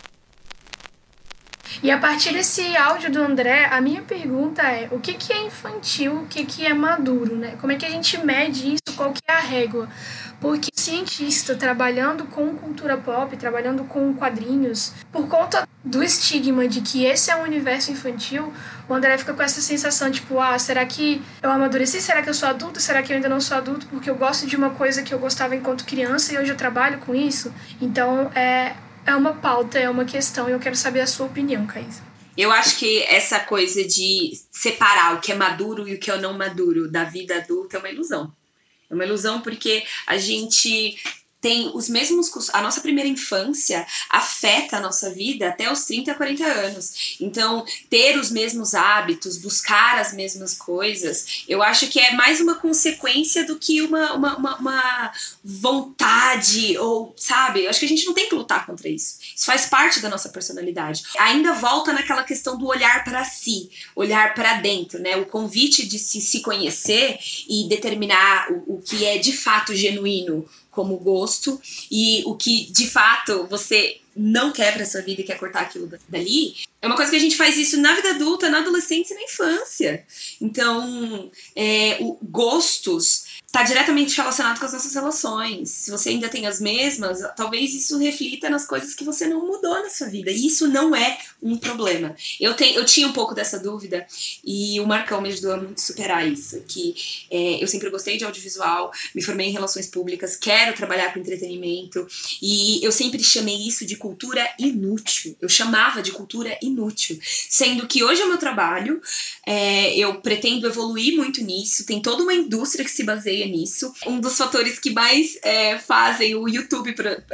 E a partir desse áudio do André, a minha pergunta é: o que é infantil, o que é maduro, né? Como é que a gente mede isso? Qual que é a régua? Porque o cientista trabalhando com cultura pop, trabalhando com quadrinhos, por conta do estigma de que esse é um universo infantil, o André fica com essa sensação, tipo, será que eu amadureci? Será que eu sou adulto? Será que eu ainda não sou adulto porque eu gosto de uma coisa que eu gostava enquanto criança e hoje eu trabalho com isso? Então, é uma pauta, é uma questão e eu quero saber a sua opinião, Caísa. Eu acho que essa coisa de separar o que é maduro e o que é não maduro da vida adulta é uma ilusão. É uma ilusão porque a gente tem os mesmos... A nossa primeira infância afeta a nossa vida até os 30, 40 anos. Então, ter os mesmos hábitos, buscar as mesmas coisas, eu acho que é mais uma consequência do que uma vontade, ou, sabe? Eu acho que a gente não tem que lutar contra isso. Isso faz parte da nossa personalidade. Ainda volta naquela questão do olhar para si, olhar para dentro, né? O convite de se conhecer e determinar o que é de fato genuíno como gosto e o que de fato você não quer pra sua vida e quer cortar aquilo dali, é uma coisa que a gente faz isso na vida adulta, na adolescência e na infância. Então, gostos está diretamente relacionado com as nossas relações. Se você ainda tem as mesmas, talvez isso reflita nas coisas que você não mudou na sua vida. E isso não é um problema. Eu tinha um pouco dessa dúvida e o Marcão me ajudou a muito superar isso. Que eu sempre gostei de audiovisual, me formei em relações públicas, quero trabalhar com entretenimento e eu sempre chamei isso de cultura inútil. Eu chamava de cultura inútil. Sendo que hoje é o meu trabalho, eu pretendo evoluir muito nisso, tem toda uma indústria que se baseia nisso. Um dos fatores que mais fazem o YouTube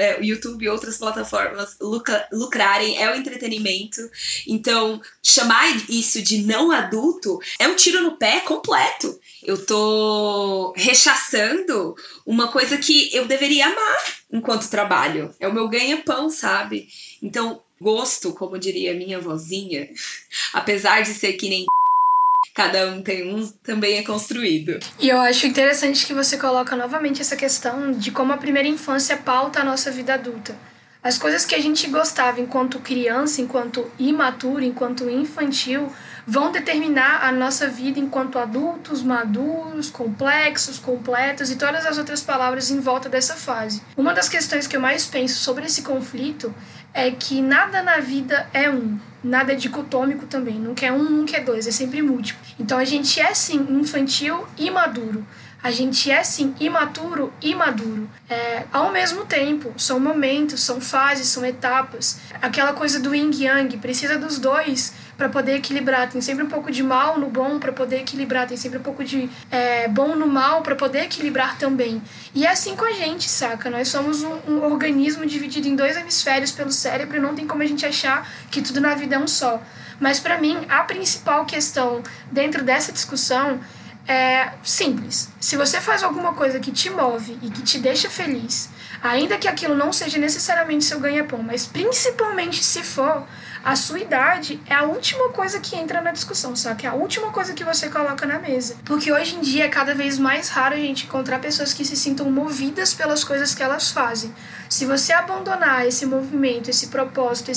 e outras plataformas lucrarem é o entretenimento. Então, chamar isso de não adulto é um tiro no pé completo. Eu tô rechaçando uma coisa que eu deveria amar enquanto trabalho. É o meu ganha-pão, sabe? Então, gosto, como diria minha vozinha, apesar de ser que nem cada um tem um, também é construído. E eu acho interessante que você coloca novamente essa questão de como a primeira infância pauta a nossa vida adulta. As coisas que a gente gostava enquanto criança, enquanto imaturo, enquanto infantil, vão determinar a nossa vida enquanto adultos, maduros, complexos, completos e todas as outras palavras em volta dessa fase. Uma das questões que eu mais penso sobre esse conflito é que nada na vida é um. Nada é dicotômico também. Nunca é um, nunca é dois. É sempre múltiplo. Então a gente é sim infantil e maduro. A gente é sim imaturo e maduro. Ao mesmo tempo, são momentos, são fases, são etapas. Aquela coisa do yin yang, precisa dos dois para poder equilibrar. Tem sempre um pouco de mal no bom para poder equilibrar. Tem sempre um pouco de bom no mal para poder equilibrar também. E é assim com a gente, saca? Nós somos um organismo dividido em 2 hemisférios pelo cérebro e não tem como a gente achar que tudo na vida é um só. Mas para mim, a principal questão dentro dessa discussão é simples. Se você faz alguma coisa que te move e que te deixa feliz, ainda que aquilo não seja necessariamente seu ganha-pão, mas principalmente se for, a sua idade é a última coisa que entra na discussão, sabe? É a última coisa que você coloca na mesa. Porque hoje em dia é cada vez mais raro a gente encontrar pessoas que se sintam movidas pelas coisas que elas fazem. Se você abandonar esse movimento, esse propósito,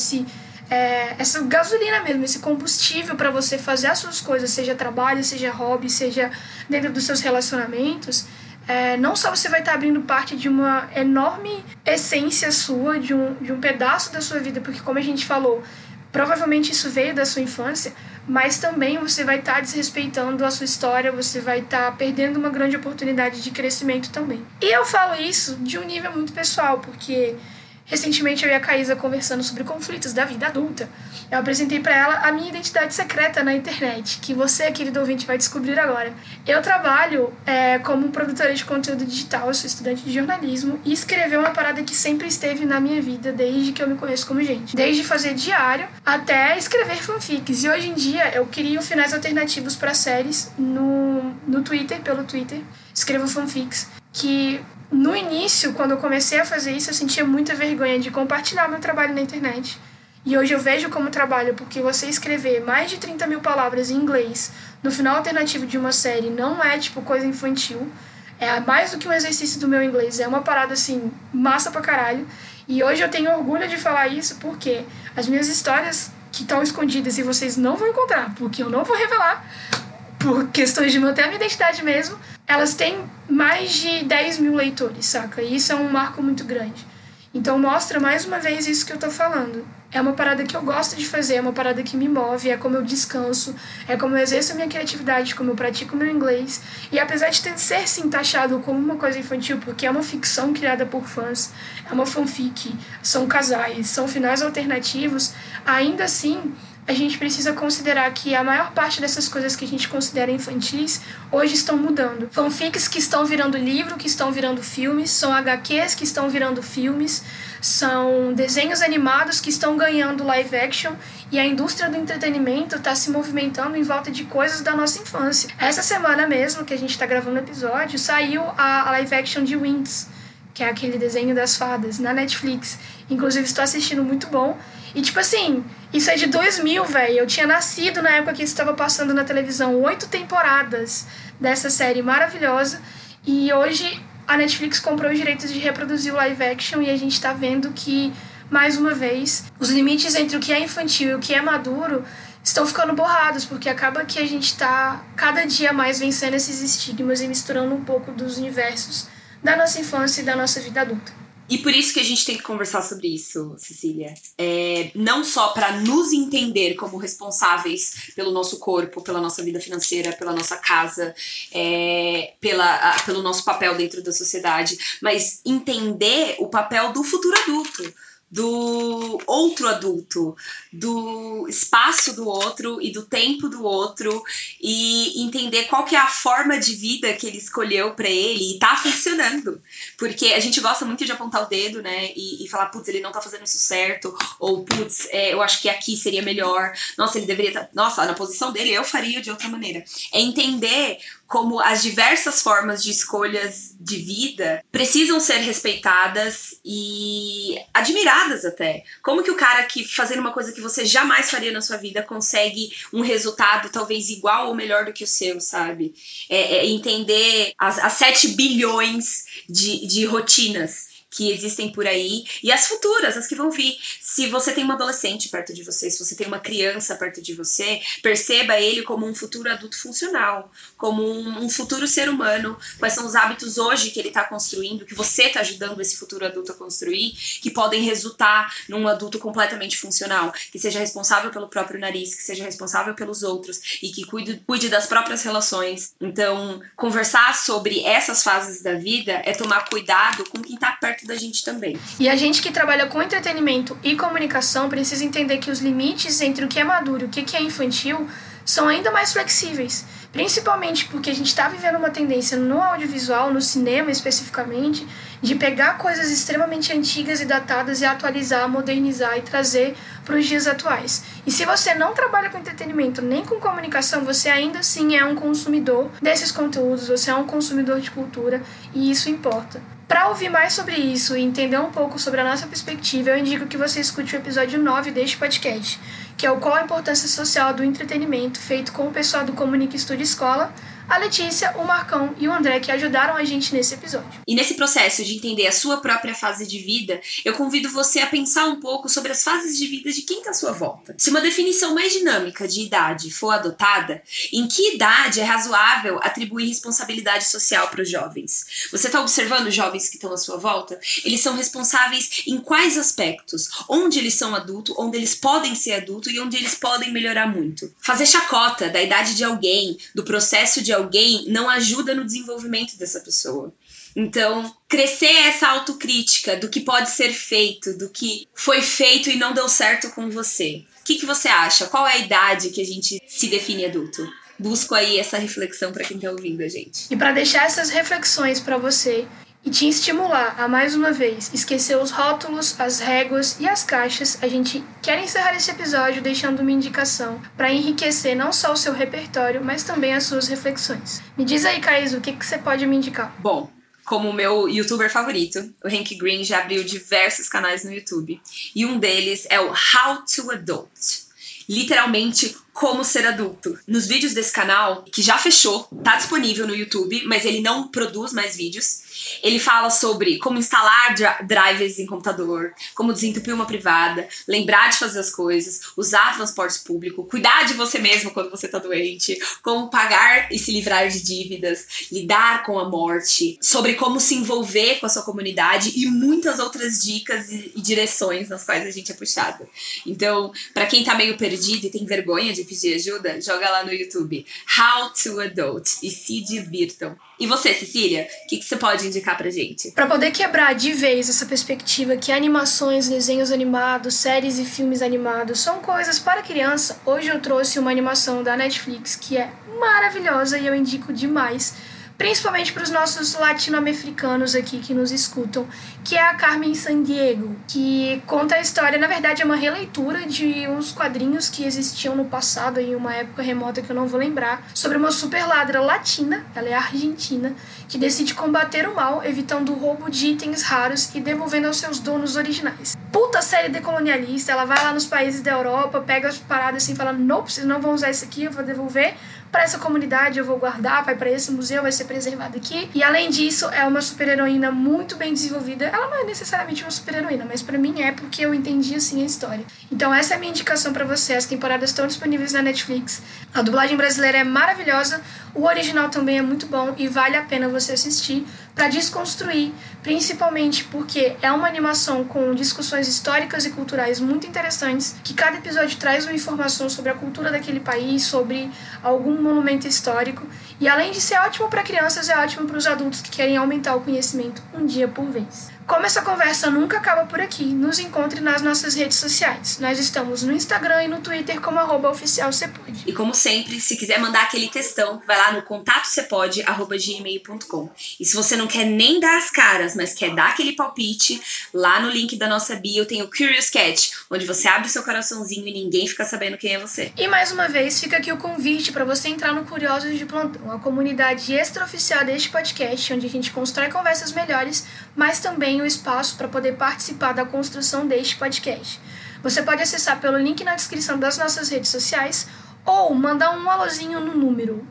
essa gasolina mesmo, esse combustível para você fazer as suas coisas, seja trabalho, seja hobby, seja dentro dos seus relacionamentos, não só você vai estar abrindo parte de uma enorme essência sua, de um pedaço da sua vida, porque como a gente falou, provavelmente isso veio da sua infância, mas também você vai estar desrespeitando a sua história, você vai estar perdendo uma grande oportunidade de crescimento também. E eu falo isso de um nível muito pessoal, porque recentemente eu e a Caísa conversando sobre conflitos da vida adulta. Eu apresentei para ela a minha identidade secreta na internet, que você, querido ouvinte, vai descobrir agora. Eu trabalho como produtora de conteúdo digital, eu sou estudante de jornalismo, e escrever uma parada que sempre esteve na minha vida desde que eu me conheço como gente. Desde fazer diário até escrever fanfics. E hoje em dia eu crio finais alternativos para séries no Twitter, pelo Twitter. Escrevo fanfics que... No início, quando eu comecei a fazer isso, eu sentia muita vergonha de compartilhar meu trabalho na internet. E hoje eu vejo como trabalho, porque você escrever mais de 30 mil palavras em inglês no final alternativo de uma série não é, coisa infantil. É mais do que um exercício do meu inglês. É uma parada, assim, massa pra caralho. E hoje eu tenho orgulho de falar isso, porque as minhas histórias que estão escondidas e vocês não vão encontrar, porque eu não vou revelar, por questões de manter a minha identidade mesmo, elas têm mais de 10 mil leitores, saca? E isso é um marco muito grande. Então mostra mais uma vez isso que eu tô falando. É uma parada que eu gosto de fazer, é uma parada que me move, é como eu descanso, é como eu exerço a minha criatividade, como eu pratico o meu inglês. E apesar de ser sim taxado como uma coisa infantil, porque é uma ficção criada por fãs, é uma fanfic, são casais, são finais alternativos, ainda assim... A gente precisa considerar que a maior parte dessas coisas que a gente considera infantis hoje estão mudando. Fanfics que estão virando livro, que estão virando filmes, são HQs que estão virando filmes, são desenhos animados que estão ganhando live action e a indústria do entretenimento está se movimentando em volta de coisas da nossa infância. Essa semana mesmo, que a gente está gravando o episódio, saiu a live action de Winx, que é aquele desenho das fadas, na Netflix. Inclusive, estou assistindo, muito bom. E, isso é de 2000, velho. Eu tinha nascido na época que isso estava passando na televisão. 8 temporadas dessa série maravilhosa. E hoje a Netflix comprou os direitos de reproduzir o live action e a gente tá vendo que, mais uma vez, os limites entre o que é infantil e o que é maduro estão ficando borrados, porque acaba que a gente tá cada dia mais vencendo esses estigmas e misturando um pouco dos universos da nossa infância e da nossa vida adulta. E por isso que a gente tem que conversar sobre isso, Cecília. Não só para nos entender como responsáveis pelo nosso corpo, pela nossa vida financeira, pela nossa casa, pelo nosso papel dentro da sociedade, mas entender o papel do futuro adulto. do outro adulto, do espaço do outro e do tempo do outro, e entender qual que é a forma de vida que ele escolheu pra ele e tá funcionando. Porque a gente gosta muito de apontar o dedo, né, e falar, putz, ele não tá fazendo isso certo, ou putz, eu acho que aqui seria melhor, nossa, ele deveria estar, nossa, na posição dele eu faria de outra maneira. É entender como as diversas formas de escolhas de vida precisam ser respeitadas e admiradas até. Como que o cara que fazendo uma coisa que você jamais faria na sua vida consegue um resultado talvez igual ou melhor do que o seu, sabe? Entender as 7 bilhões de rotinas que existem por aí, e as futuras, as que vão vir. Se você tem uma adolescente perto de você, se você tem uma criança perto de você, perceba ele como um futuro adulto funcional, como um futuro ser humano, quais são os hábitos hoje que ele está construindo, que você está ajudando esse futuro adulto a construir, que podem resultar num adulto completamente funcional, que seja responsável pelo próprio nariz, que seja responsável pelos outros, e que cuide das próprias relações. Então, conversar sobre essas fases da vida é tomar cuidado com quem está perto da gente também. E a gente que trabalha com entretenimento e comunicação precisa entender que os limites entre o que é maduro e o que é infantil são ainda mais flexíveis, principalmente porque a gente está vivendo uma tendência no audiovisual, no cinema especificamente, de pegar coisas extremamente antigas e datadas e atualizar, modernizar e trazer para os dias atuais. E se você não trabalha com entretenimento nem com comunicação, você ainda assim é um consumidor desses conteúdos, você é um consumidor de cultura, e isso importa. Para ouvir mais sobre isso e entender um pouco sobre a nossa perspectiva, eu indico que você escute o episódio 9 deste podcast, que é o Qual a Importância Social do Entretenimento, feito com o pessoal do Comunica Estúdio Escola, a Letícia, o Marcão e o André, que ajudaram a gente nesse episódio. E nesse processo de entender a sua própria fase de vida, eu convido você a pensar um pouco sobre as fases de vida de quem está à sua volta. Se uma definição mais dinâmica de idade for adotada, em que idade é razoável atribuir responsabilidade social para os jovens? Você está observando os jovens que estão à sua volta? Eles são responsáveis em quais aspectos? Onde eles são adultos, onde eles podem ser adultos e onde eles podem melhorar muito. Fazer chacota da idade de alguém, do processo de alguém, não ajuda no desenvolvimento dessa pessoa. Então, crescer essa autocrítica do que pode ser feito, do que foi feito e não deu certo com você. O que você acha? Qual é a idade que a gente se define adulto? Busco aí essa reflexão para quem está ouvindo a gente. E para deixar essas reflexões para você e te estimular a, mais uma vez, esquecer os rótulos, as réguas e as caixas, a gente quer encerrar esse episódio deixando uma indicação para enriquecer não só o seu repertório, mas também as suas reflexões. Me diz aí, Caís, o que você pode me indicar? Bom, como o meu youtuber favorito, o Hank Green já abriu diversos canais no YouTube. E um deles é o How to Adult. Literalmente, como ser adulto. Nos vídeos desse canal, que já fechou, tá disponível no YouTube, mas ele não produz mais vídeos. Ele fala sobre como instalar drivers em computador, como desentupir uma privada, lembrar de fazer as coisas, usar transporte público, cuidar de você mesmo quando você tá doente, como pagar e se livrar de dívidas, lidar com a morte, sobre como se envolver com a sua comunidade e muitas outras dicas e direções nas quais a gente é puxado. Então, pra quem tá meio perdido e tem vergonha de pedir ajuda, joga lá no YouTube How to Adult e se divirtam. E você, Cecília, o que você pode indicar pra gente? Para poder quebrar de vez essa perspectiva que animações, desenhos animados, séries e filmes animados são coisas para criança, hoje eu trouxe uma animação da Netflix que é maravilhosa e eu indico demais, principalmente para os nossos latino-americanos aqui que nos escutam, que é a Carmen Sandiego, que conta a história, na verdade é uma releitura de uns quadrinhos que existiam no passado, em uma época remota que eu não vou lembrar, sobre uma super ladra latina, ela é argentina, que decide combater o mal, evitando o roubo de itens raros e devolvendo aos seus donos originais. Puta série decolonialista, ela vai lá nos países da Europa, pega as paradas assim e fala, nope, vocês não vão usar isso aqui, eu vou devolver para essa comunidade, eu vou guardar, vai para esse museu, vai ser preservado aqui. E além disso, é uma super-heroína muito bem desenvolvida. Ela não é necessariamente uma super-heroína, mas para mim é porque eu entendi assim a história. Então essa é a minha indicação para você. As temporadas estão disponíveis na Netflix. A dublagem brasileira é maravilhosa, o original também é muito bom e vale a pena você assistir para desconstruir, principalmente porque é uma animação com discussões históricas e culturais muito interessantes, que cada episódio traz uma informação sobre a cultura daquele país, sobre algum monumento histórico, e além de ser ótimo para crianças, é ótimo para os adultos que querem aumentar o conhecimento um dia por vez. Como essa conversa nunca acaba por aqui, nos encontre nas nossas redes sociais. Nós estamos no Instagram e no Twitter como @oficialcepod. E como sempre, se quiser mandar aquele textão, vai lá no contatocepod@gmail.com. E se você não quer nem dar as caras, mas quer dar aquele palpite, lá no link da nossa bio tem o Curious Cat, onde você abre o seu coraçãozinho e ninguém fica sabendo quem é você. E mais uma vez, fica aqui o convite para você entrar no Curiosos de Plantão, a comunidade extraoficial deste podcast, onde a gente constrói conversas melhores, mas também o espaço para poder participar da construção deste podcast. Você pode acessar pelo link na descrição das nossas redes sociais ou mandar um alôzinho no número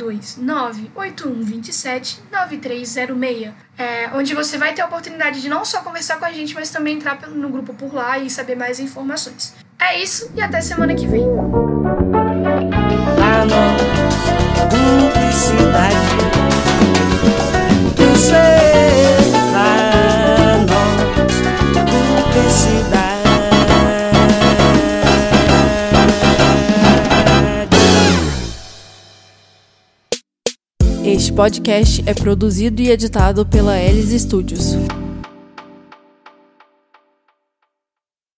62981279306, onde você vai ter a oportunidade de não só conversar com a gente, mas também entrar no grupo por lá e saber mais informações. É isso e até semana que vem. Este podcast é produzido e editado pela Elis Studios.